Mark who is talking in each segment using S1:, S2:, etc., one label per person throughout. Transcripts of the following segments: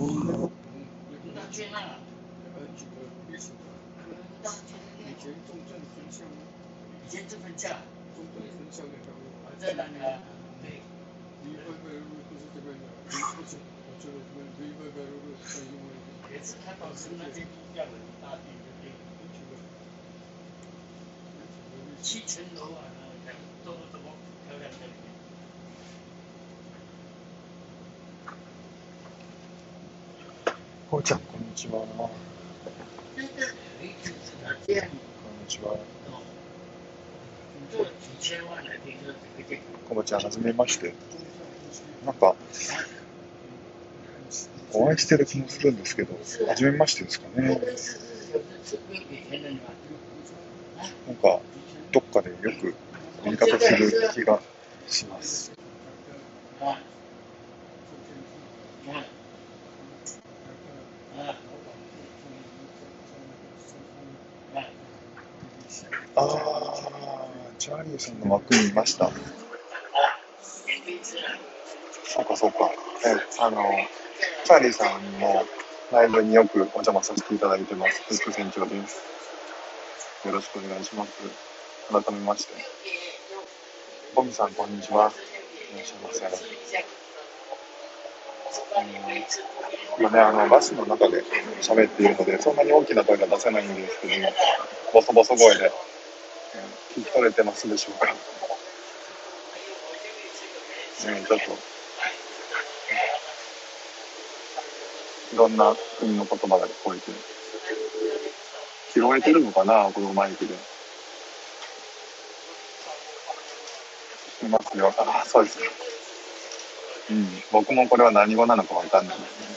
S1: 你到去那了？举个例子，以前重症分校吗？以前是分校，重症分校那条路，在哪里啊？对。离外白路不是这边的，不是，我觉得这边离外白路在另外一边。也是看到是那边要的一大片这边，7层楼啊，都怎么漂亮在里面？
S2: こうちゃん、こんにちは。こんにちは。こぼちゃん、はじめまして。なんか、お会いしてる気もするんですけど、はじめましてですかね。なんか、どっかでよく見方する気がします。ああ、チャーリーさんの枠にいました。そうかそうか。チャーリーさんのライブによくお邪魔させていただいてます。フック船長です。よろしくお願いします。改めまして。ボミさん、こんにちは。いらっしゃいませ。今ね、バスの中で喋っているので、そんなに大きな声が出せないんですけども、ボソボソ声で、聞き取れてますでしょうか。ちょっと、いろんな国の言葉が聞こえて、拾えてるのかな、このマイクで。聞きますよ。あ、そうですか。僕もこれは何語なのかわかんないですね。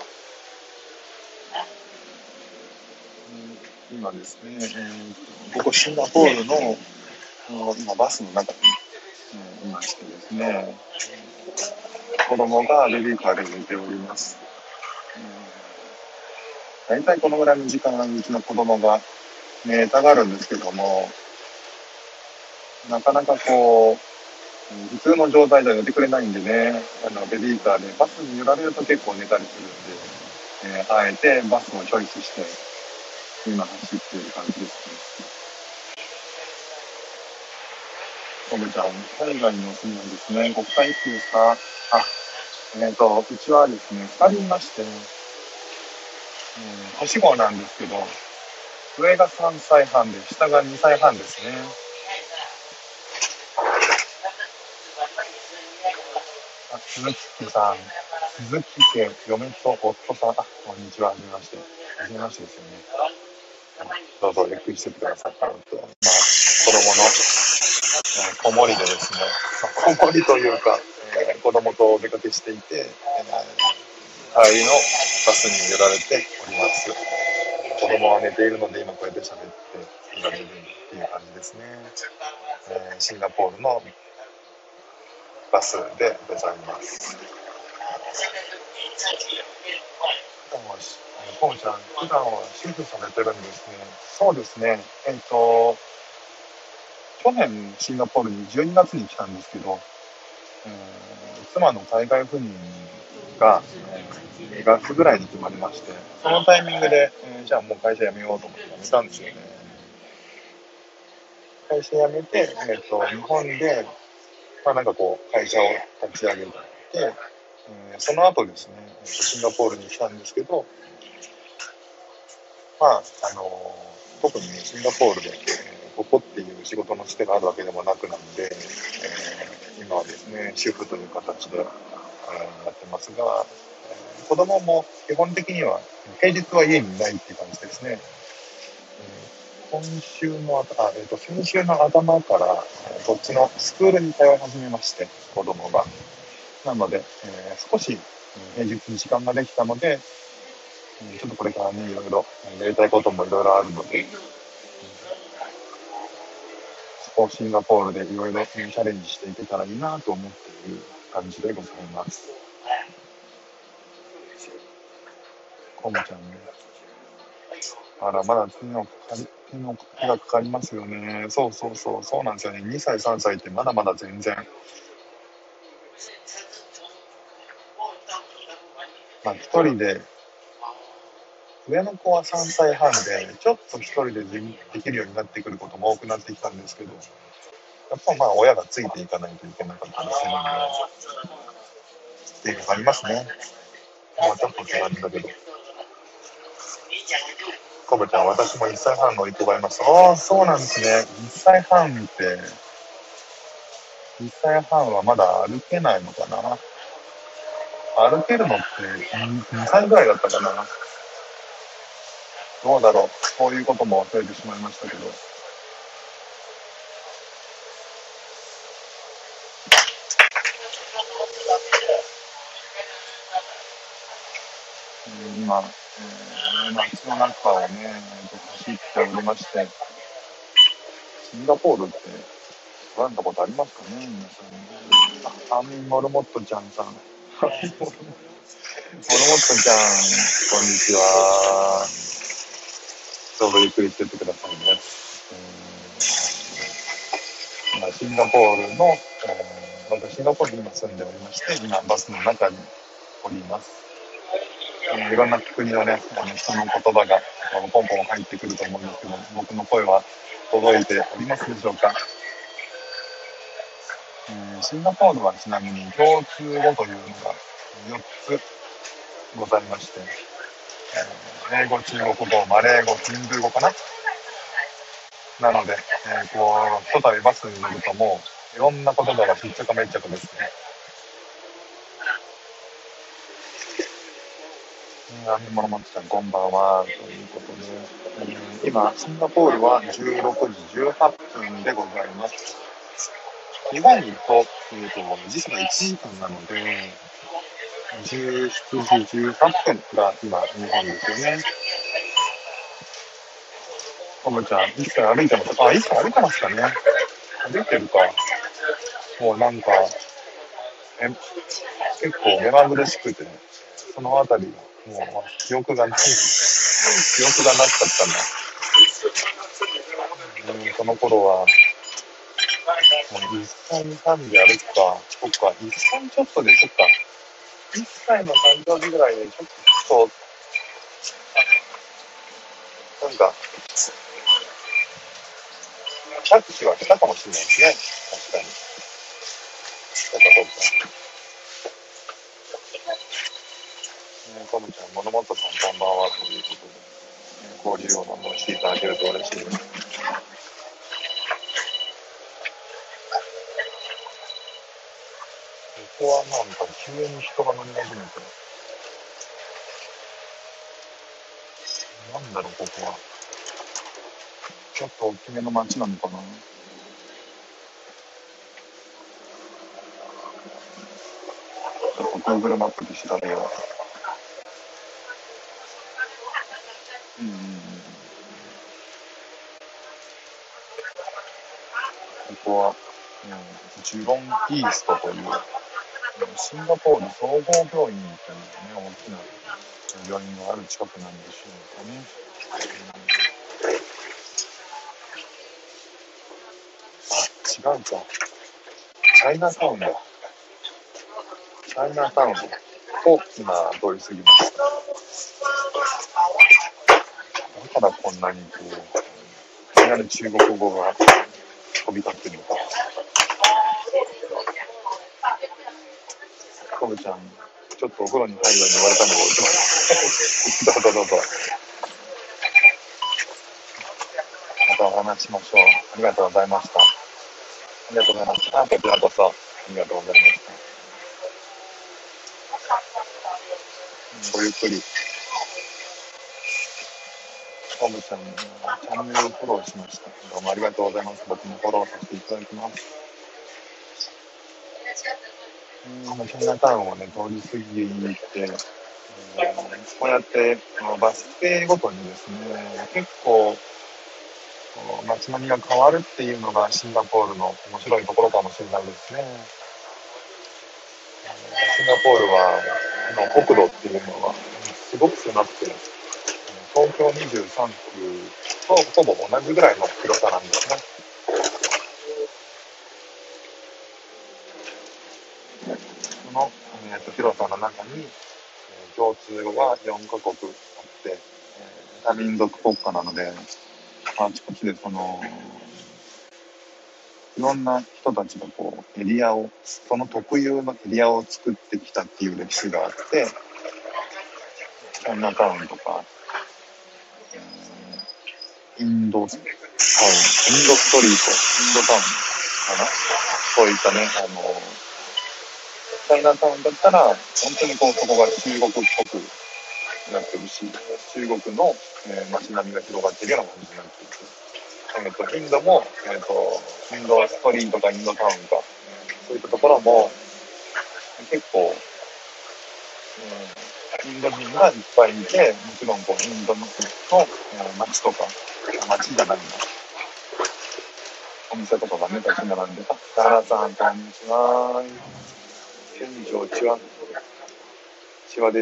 S2: 今ですね、ここシンガポールの今バスの中に、いましてですね、子供がベビーカーで寝ております。大体このぐらいの時間うちの子供が寝たがるんですけども、なかなかこう普通の状態では寝てくれないんでね、ベビーカーでバスに揺られると結構寝たりするんで、あえてバスをチョイスして今走っている感じですね。コムちゃん、海外にお住みなんですね。国際級ですか？うちはですね、2人いまして、年子なんですけど、上が3歳半で、下が2歳半ですね。鈴木さん、鈴木家、嫁と夫さん、こんにちは、はじめまして。はじめましてですよね。どうぞゆっくりしててください。子供の、子守りでですね、子守りというか、子供とお出かけしていて、帰りのバスに揺られております。子供は寝ているので今こうやって喋っていられるっていう感じですね。シンガポールのバスでございます。ポンちゃん、普段は主婦されてるんですね。そうですね。去年シンガポールに12月に来たんですけど、妻の海外赴任が、2月ぐらいに決まりまして、そのタイミングで、じゃあもう会社辞めようと思って辞めたんですよね。会社辞めて、日本で、なんかこう会社を立ち上げて、その後ですね、シンガポールに来たんですけど、特にね、シンガポールで、ここっていう仕事のつてがあるわけでもなくなので、今はですね、主婦という形で、やってますが、子供も基本的には平日は家にいないっていう感じですね。先週の頭から、こっちのスクールに通い始めまして、子供が。なので、少し平日に時間ができたので、ちょっとこれからね、いろいろやりたいこともいろいろあるので、シンガポールでいろいろチャレンジしていけたらいいなと思っている感じでございます。コモちゃんね。まだ手がかかりますよね。そうなんですよね。2歳、3歳ってまだまだ全然。 一人で、上の子は3歳半で、ちょっと一人でできるようになってくることも多くなってきたんですけど、やっぱ親がついていかないといけなかったりするんで、っていうのがありますね。ちょっとって感じだけど。コブちゃん、私も1歳半乗り越えました。ああ、そうなんですね。1歳半って、1歳半はまだ歩けないのかな。歩けるのって2歳ぐらいだったかな。どうだろう。そういうことも忘れてしまいましたけど。今、街の中をね、走っておりまして、シンガポールってご覧になったことありますかね、皆さんね。アミモルモットちゃんさん。モルモットちゃん、こんにちは。どうぞゆっくりしてってくださいね。今、シンガポールの、私シンガポールに今住んでおりまして、今バスの中におります。いろんな国のね、人の言葉がポンポン入ってくると思うんですけど、僕の声は届いておりますでしょうか。シンガポールはちなみに共通語というのが4つございまして、英語、中国語、マレー語、ヒンドゥー語かな。なので、ひとたびバスに乗るともういろんな言葉がしっちゃかめっちゃかですね。アミモルモットちゃん、こんばんは。ということで、今、シンガポールは16時18分でございます。日本と、時差が1時間なので、17時18分が今、日本ですよね。コムちゃん、1歳歩いてますか？あ、1歳歩いてますかね。歩いてるか。もうなんか、結構目まぐるしくて、そのあたり、もう記憶がなっちゃったんだ。その頃は、もう1歳半で歩くか。そっか、1歳ちょっとで、そっか。1歳の誕生日ぐらいで、ちょっと、なんか、着手はしたかもしれないですね。確かに。そうか、そうか。コムちゃん、モノモットさん、こんばんは、ということで、交流をしていただけると嬉しいです。ここはなんか急に人が乗り始めて、なんだろう、ここは。ちょっと大きめの街なのかな。ちょっと Google マップで調べよう。ここは、ジュロンイーストという、シンガポール総合病院というね、大きな病院がある近くなんでしょうかね。あ、違うか。チャイナタウンだ。チャイナタウンを今通り過ぎました。だからこんなにこう、いきなり中国語が飛び交ってるのか。コブちゃん、ちょっとお風呂に入るように言われたので、どうぞどうぞ。またお話しましょう。ありがとうございました。ありがとうございました。こちらこそ、ありがとうございました。ごゆっくり。コブちゃん、チャンネルフォローしました。どうもありがとうございます。僕もフォローさせていただきます。チャイナタウンをね、通り過ぎて、こうやってバス停ごとにですね、結構街並みが変わるっていうのがシンガポールの面白いところかもしれないですね。シンガポールは国土っていうのはすごく狭くて、東京23区とほぼ同じぐらいの広さなんですね。その、広さの中に共通語が4カ国あって、多民族国家なので、あちこちでいろんな人たちがこうエリアを、その特有のエリアを作ってきたっていう歴史があって、チャイナタウンとか、インドタウン、インドストリート、インドタウンかな、そういったね、チャイナタウンだったら、本当にこう、そこが中国っぽくなってるし、中国の、街並みが広がってるような感じになっていて、インドも、インドストリートかインドタウンか、そういったところも、結構、インド人がいっぱいいて、もちろんこうインドの街とか、街じゃないんだ。お店とかがね、立ち並んで、田原さん、こんにちは。店長、ちわです。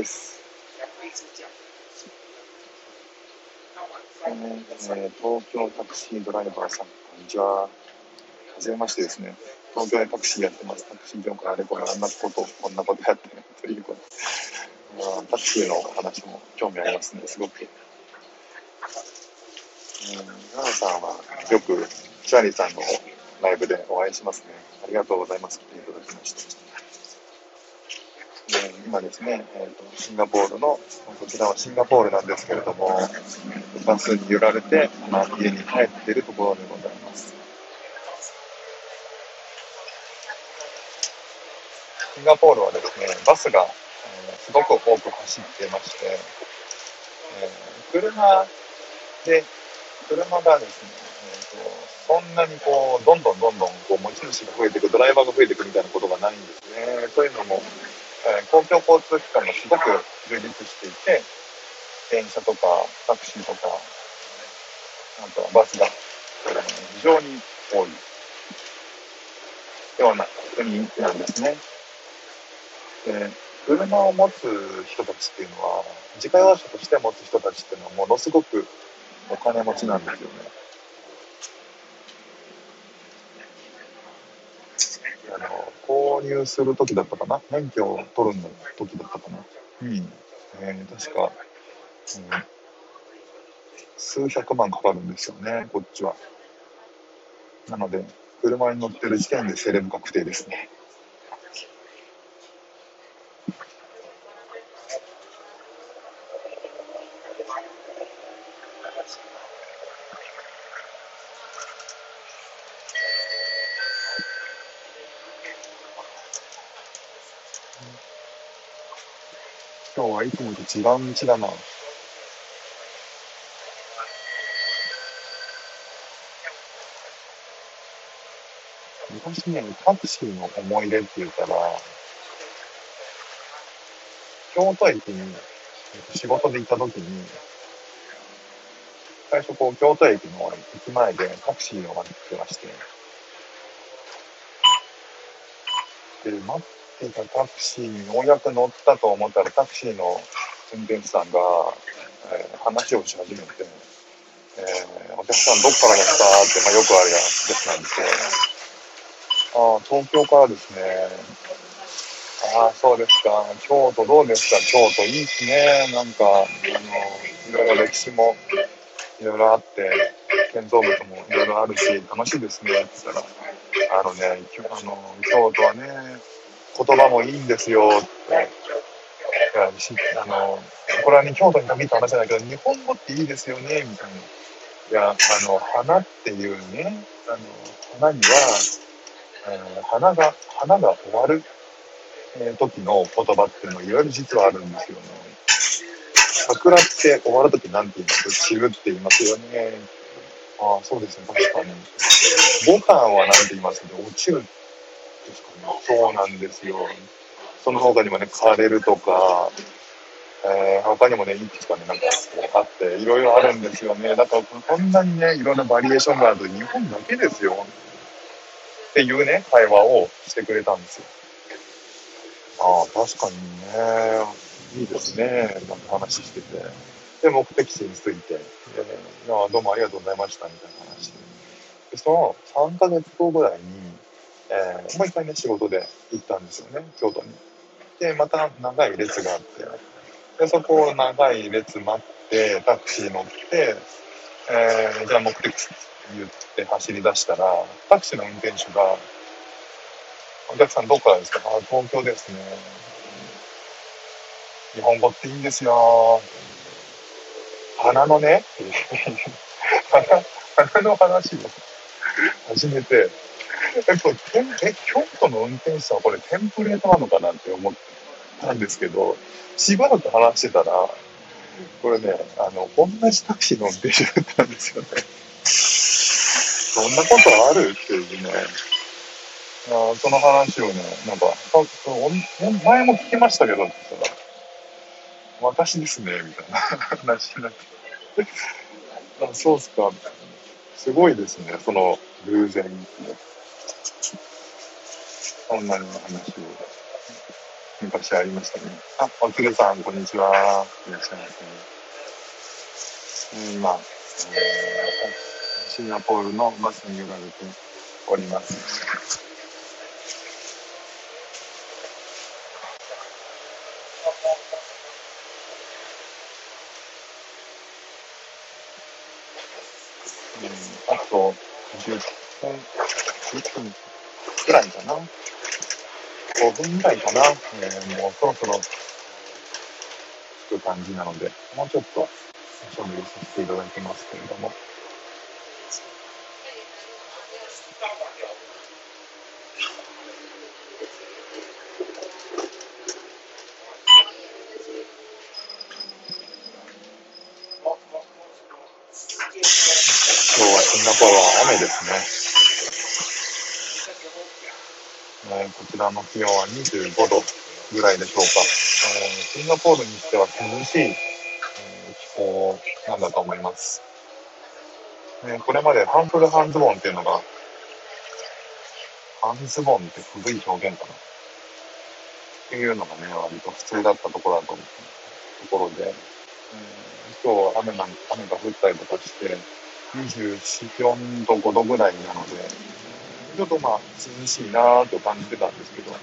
S2: 東京タクシードライバーさん、こんにちは。はじめましてですね。東京でタクシーやってます。タクシー業界あれこれ、こんなことやってるということ。タクシーの話も興味ありますね、すごく。奈良さんはよくチャーリーさんのライブでお会いしますね。ありがとうございます。来ていただきました。今ですね、シンガポールの、こちらはシンガポールなんですけれども、バスに揺られて、家に帰っているところでございます。シンガポールはですね、バスが、すごく多く走っていまして、車がですね、そんなにこう、どんどんこう持ち主が増えていく、ドライバーが増えていくみたいなことがないんですね。というのも、公共交通機関がすごく充実していて、電車とかタクシーとか、あとはバスが、非常に多いような国なんですね。で、車を持つ人たちっていうのは、自家用車として持つ人たちっていうのはものすごくお金持ちなんですよね。購入するときだったかな、免許を取るの時だったかな。確か、数百万かかるんですよね、こっちは。なので、車に乗ってる時点でセレブ確定ですね。今日はいつもと違う道だな。昔ね、タクシーの思い出って言ったら、京都駅に仕事で行った時に、最初こう京都駅の駅前でタクシーを待ってまして、で、待っていたタクシーにようやく乗ったと思ったら、タクシーの運転手さんが、話をし始めて、お客さんどっからですかって、よくあるやつなんですけど、東京からですね。そうですか。京都どうですか。京都いいっすね。なんか、いろいろ歴史もいろいろあって、建造物もいろいろあるし、楽しいですね。って言ったら、京都はね、言葉もいいんですよ。って。これはね、京都に限った話じゃないけど、日本語っていいですよね。みたいな。いや、花っていうね、花には、花が終わる、時の言葉っていうのがいろいろ実はあるんですよね。桜って終わる時なんて言います？散るって言いますよね。そうですね、確かに。ボタンはなんて言いますけど、落ちるですかね。そうなんですよ。その他にもね、枯れるとか、他にもね、いくつかね、なんかあって、いろいろあるんですよね。だから、こんなにね、いろんなバリエーションがあると、日本だけですよ。っていうね、会話をしてくれたんですよ。確かにね、いいですね。なんか話してて。で、目的地に着いて、どうもありがとうございました、みたいな話で。その3ヶ月後ぐらいに、もう一回ね、仕事で行ったんですよね、京都に。で、また長い列があって、 で、そこを長い列待って、タクシー乗って、じゃあ目的地って言って走り出したら、タクシーの運転手が、お客さんどこからですか？あ、東京ですね。日本語っていいんですよ。花のね、花の話を始めて、京都の運転手さんはこれテンプレートなのかなって思ったんですけど、しばらく話してたら、これね、同じタクシーの運転手だったんですよね。そんなことあるっていうね。その話をね、なんか、前も聞きましたけどって言ったら、私ですね、みたいな話になって。あ、そうっすか。すごいですね、その偶然、そんなに話を昔ありましたね。あ、おつるさん、こんにちは。いらっしゃいませ。今、シンガポールのバスに揺られております。あと10分、10分くらいかな。5分ぐらいかな。もうそろそろ着く感じなので、もうちょっとおしゃべりさせていただきますけれども。今日はシンガポールは雨ですね。こちらの気温は25度ぐらいでしょうか。シンガポールにしては涼しい、気候なんだと思います。これまでハンフル半ズボンっていうのが、半ズボンって古い表現かなっていうのがね、割と普通だったところだと思うところで、今日雨が降ったりとかして、24、4度、5度ぐらいなので、ちょっとまあ涼しいなぁと感じてたんですけど、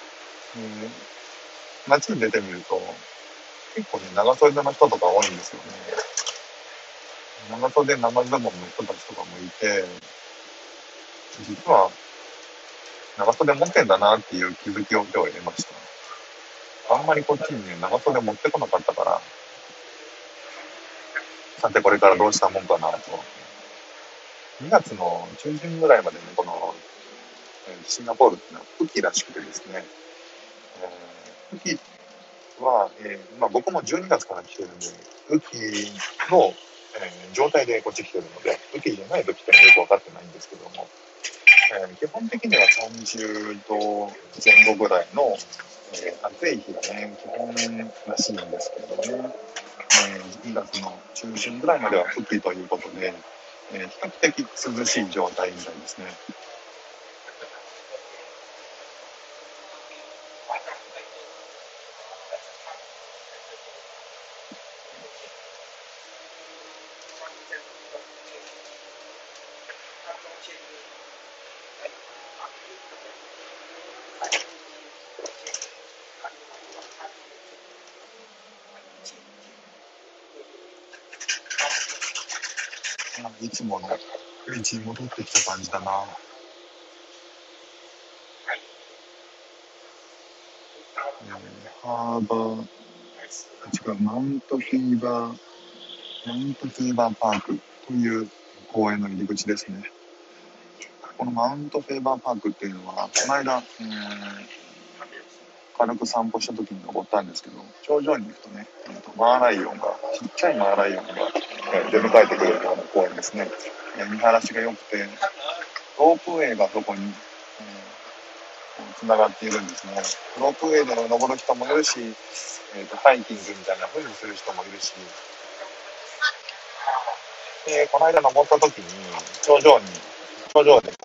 S2: 街に出てみると、結構ね、長袖の人とか多いんですよね。長袖、長ズボンの人たちとかもいて、実は長袖持ってんだなっていう気づきを今日得ました。あんまりこっちにね、長袖持ってこなかったから、さてこれからどうしたもんかなと。2月の中旬ぐらいまでね、この、シンガポールっていうのは雨季らしくてですね、雨季は、まあ、僕も12月から来てるんで、雨季の、状態でこっち来てるので、雨季じゃない時ってのはよく分かってないんですけども、基本的には30度前後ぐらいの、暑い日がね、基本らしいんですけれどもね、2月の中旬ぐらいまでは雨季ということで、比較的涼しい状態みたいですね。いつもの道に戻ってきた感じだな。ハーバー、違う、マウントフィーバーパークという公園の入り口ですね。このマウントフィーバーパークっていうのは、この間、軽く散歩した時に登ったんですけど、頂上に行くとね、マーライオンが、ちっちゃいマーライオンが、出迎えてくれるような公園ですね。見晴らしが良くて、ロープウェイがそこに、つながっているんですね。ロープウェイで登る人もいるし、ハイキングみたいな風にする人もいるし、この間登った時に、頂上で、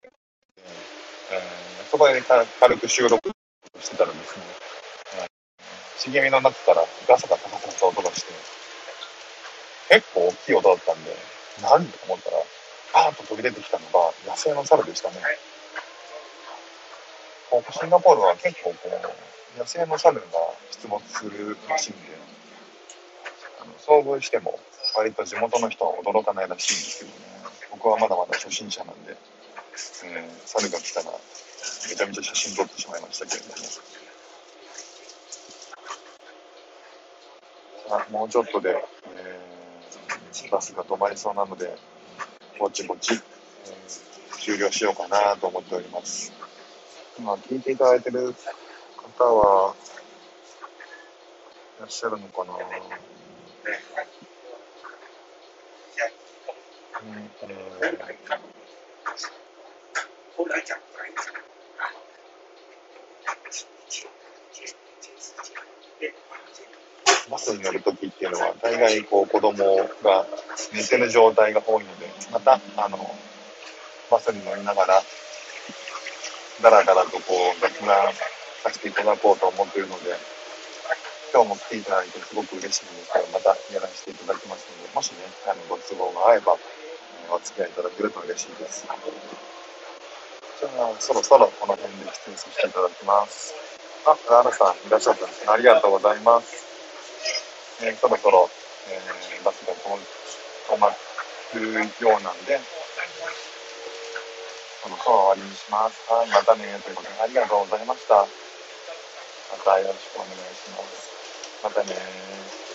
S2: そこで軽く収録してたらですね、茂みの中からガサガサガサガサ音がして、結構大きい音だったんで、何と思ったら、パーンと飛び出てきたのが野生の猿でしたね。シンガポールは結構こう、 野生の猿が出没するらしいんで、遭遇しても割と地元の人は驚かないらしいんですけどね。僕はまだまだ初心者なんで、猿が来たらめちゃめちゃ写真撮ってしまいましたけれども、もうちょっとで、バスが止まりそうなので、ぼちぼち、終了しようかなと思っております。今聞いていただいてる方はいらっしゃるのかな。バスに乗るときっていうのは大概子供が寝てる状態が多いので、またバスに乗りながらだらだらと雑談させていただこうと思っているので、今日も来ていただいてすごく嬉しいんですけど、またやらせていただきますので、もしねご都合が合えばお付き合いいただけると嬉しいです。じゃあそろそろこの辺で失礼させていただきます。ララさんいらっしゃったんですね。ありがとうございます。そろそろ、バスが止まるようなんで、そろそろ終わりにします。はい、またねということでありがとうございました。またよろしくお願いします。またね。